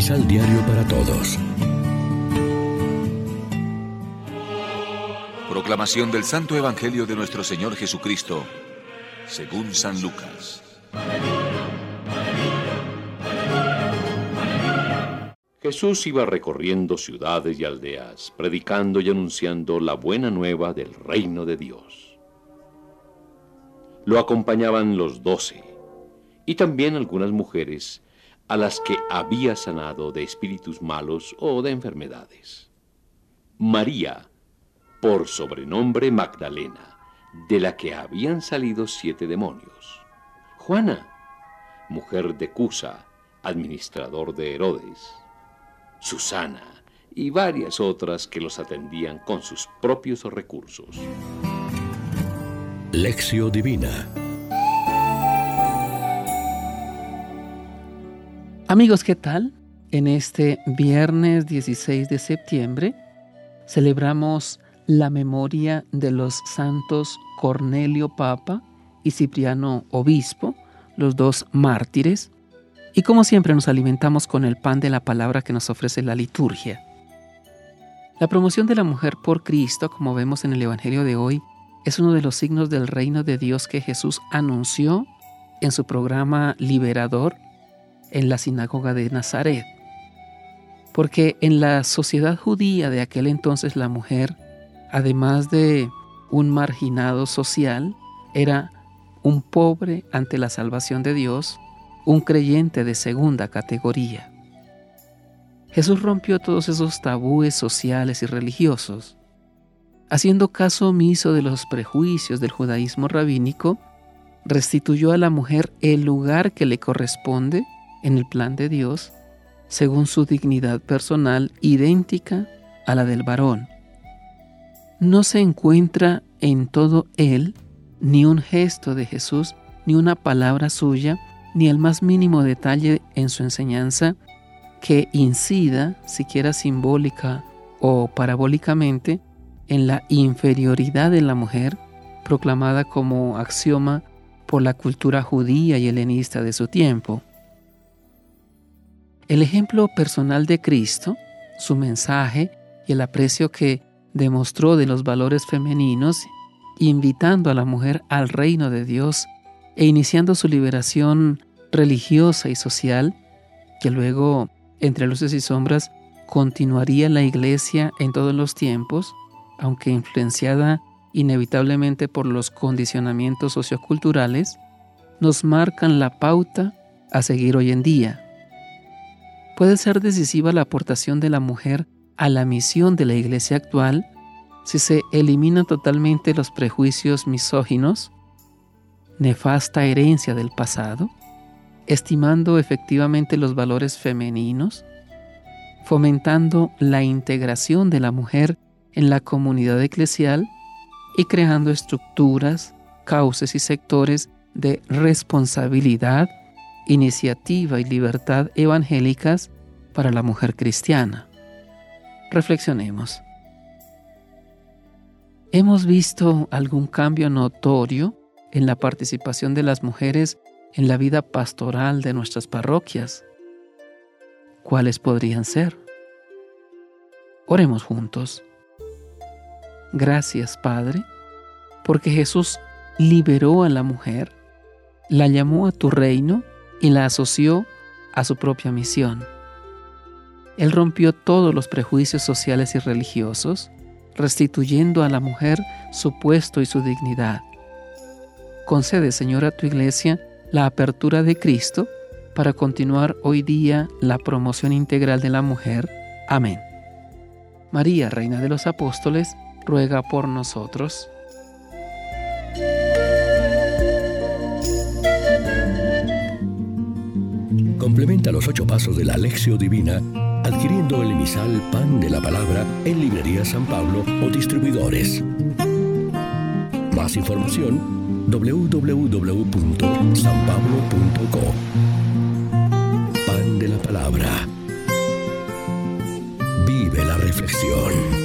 Misal Diario para Todos. Proclamación del Santo Evangelio de nuestro Señor Jesucristo, según San Lucas. Jesús iba recorriendo ciudades y aldeas, predicando y anunciando la buena nueva del reino de Dios. Lo acompañaban los 12, y también algunas mujeres a las que había sanado de espíritus malos o de enfermedades. María, por sobrenombre Magdalena, de la que habían salido 7 demonios. Juana, mujer de Cusa, administrador de Herodes. Susana y varias otras que los atendían con sus propios recursos. Lección Divina. Amigos, ¿qué tal? En este viernes 16 de septiembre celebramos la memoria de los santos Cornelio Papa y Cipriano Obispo, los 2 mártires. Y como siempre nos alimentamos con el pan de la palabra que nos ofrece la liturgia. La promoción de la mujer por Cristo, como vemos en el Evangelio de hoy, es uno de los signos del reino de Dios que Jesús anunció en su programa liberador en la sinagoga de Nazaret. Porque en la sociedad judía de aquel entonces la mujer, además de un marginado social, era un pobre ante la salvación de Dios, un creyente de segunda categoría. Jesús rompió todos esos tabúes sociales y religiosos. Haciendo caso omiso de los prejuicios del judaísmo rabínico, restituyó a la mujer el lugar que le corresponde en el plan de Dios, según su dignidad personal idéntica a la del varón. No se encuentra en todo él ni un gesto de Jesús, ni una palabra suya, ni el más mínimo detalle en su enseñanza que incida, siquiera simbólica o parabólicamente, en la inferioridad de la mujer, proclamada como axioma por la cultura judía y helenista de su tiempo. El ejemplo personal de Cristo, su mensaje y el aprecio que demostró de los valores femeninos, invitando a la mujer al reino de Dios, e iniciando su liberación religiosa y social, que luego, entre luces y sombras, continuaría la Iglesia en todos los tiempos, aunque influenciada inevitablemente por los condicionamientos socioculturales, nos marcan la pauta a seguir hoy en día. Puede ser decisiva la aportación de la mujer a la misión de la Iglesia actual si se eliminan totalmente los prejuicios misóginos, nefasta herencia del pasado, estimando efectivamente los valores femeninos, fomentando la integración de la mujer en la comunidad eclesial y creando estructuras, cauces y sectores de responsabilidad, iniciativa y libertad evangélicas para la mujer cristiana. Reflexionemos. ¿Hemos visto algún cambio notorio en la participación de las mujeres en la vida pastoral de nuestras parroquias? ¿Cuáles podrían ser? Oremos juntos. Gracias, Padre, porque Jesús liberó a la mujer, la llamó a tu reino y la asoció a su propia misión. Él rompió todos los prejuicios sociales y religiosos, restituyendo a la mujer su puesto y su dignidad. Concede, Señor, a tu Iglesia la apertura de Cristo para continuar hoy día la promoción integral de la mujer. Amén. María, Reina de los Apóstoles, ruega por nosotros. Complementa los 8 pasos de la Lección Divina adquiriendo el emisal Pan de la Palabra en Librería San Pablo o distribuidores. Más información www.sanpablo.co. Pan de la Palabra. Vive la reflexión.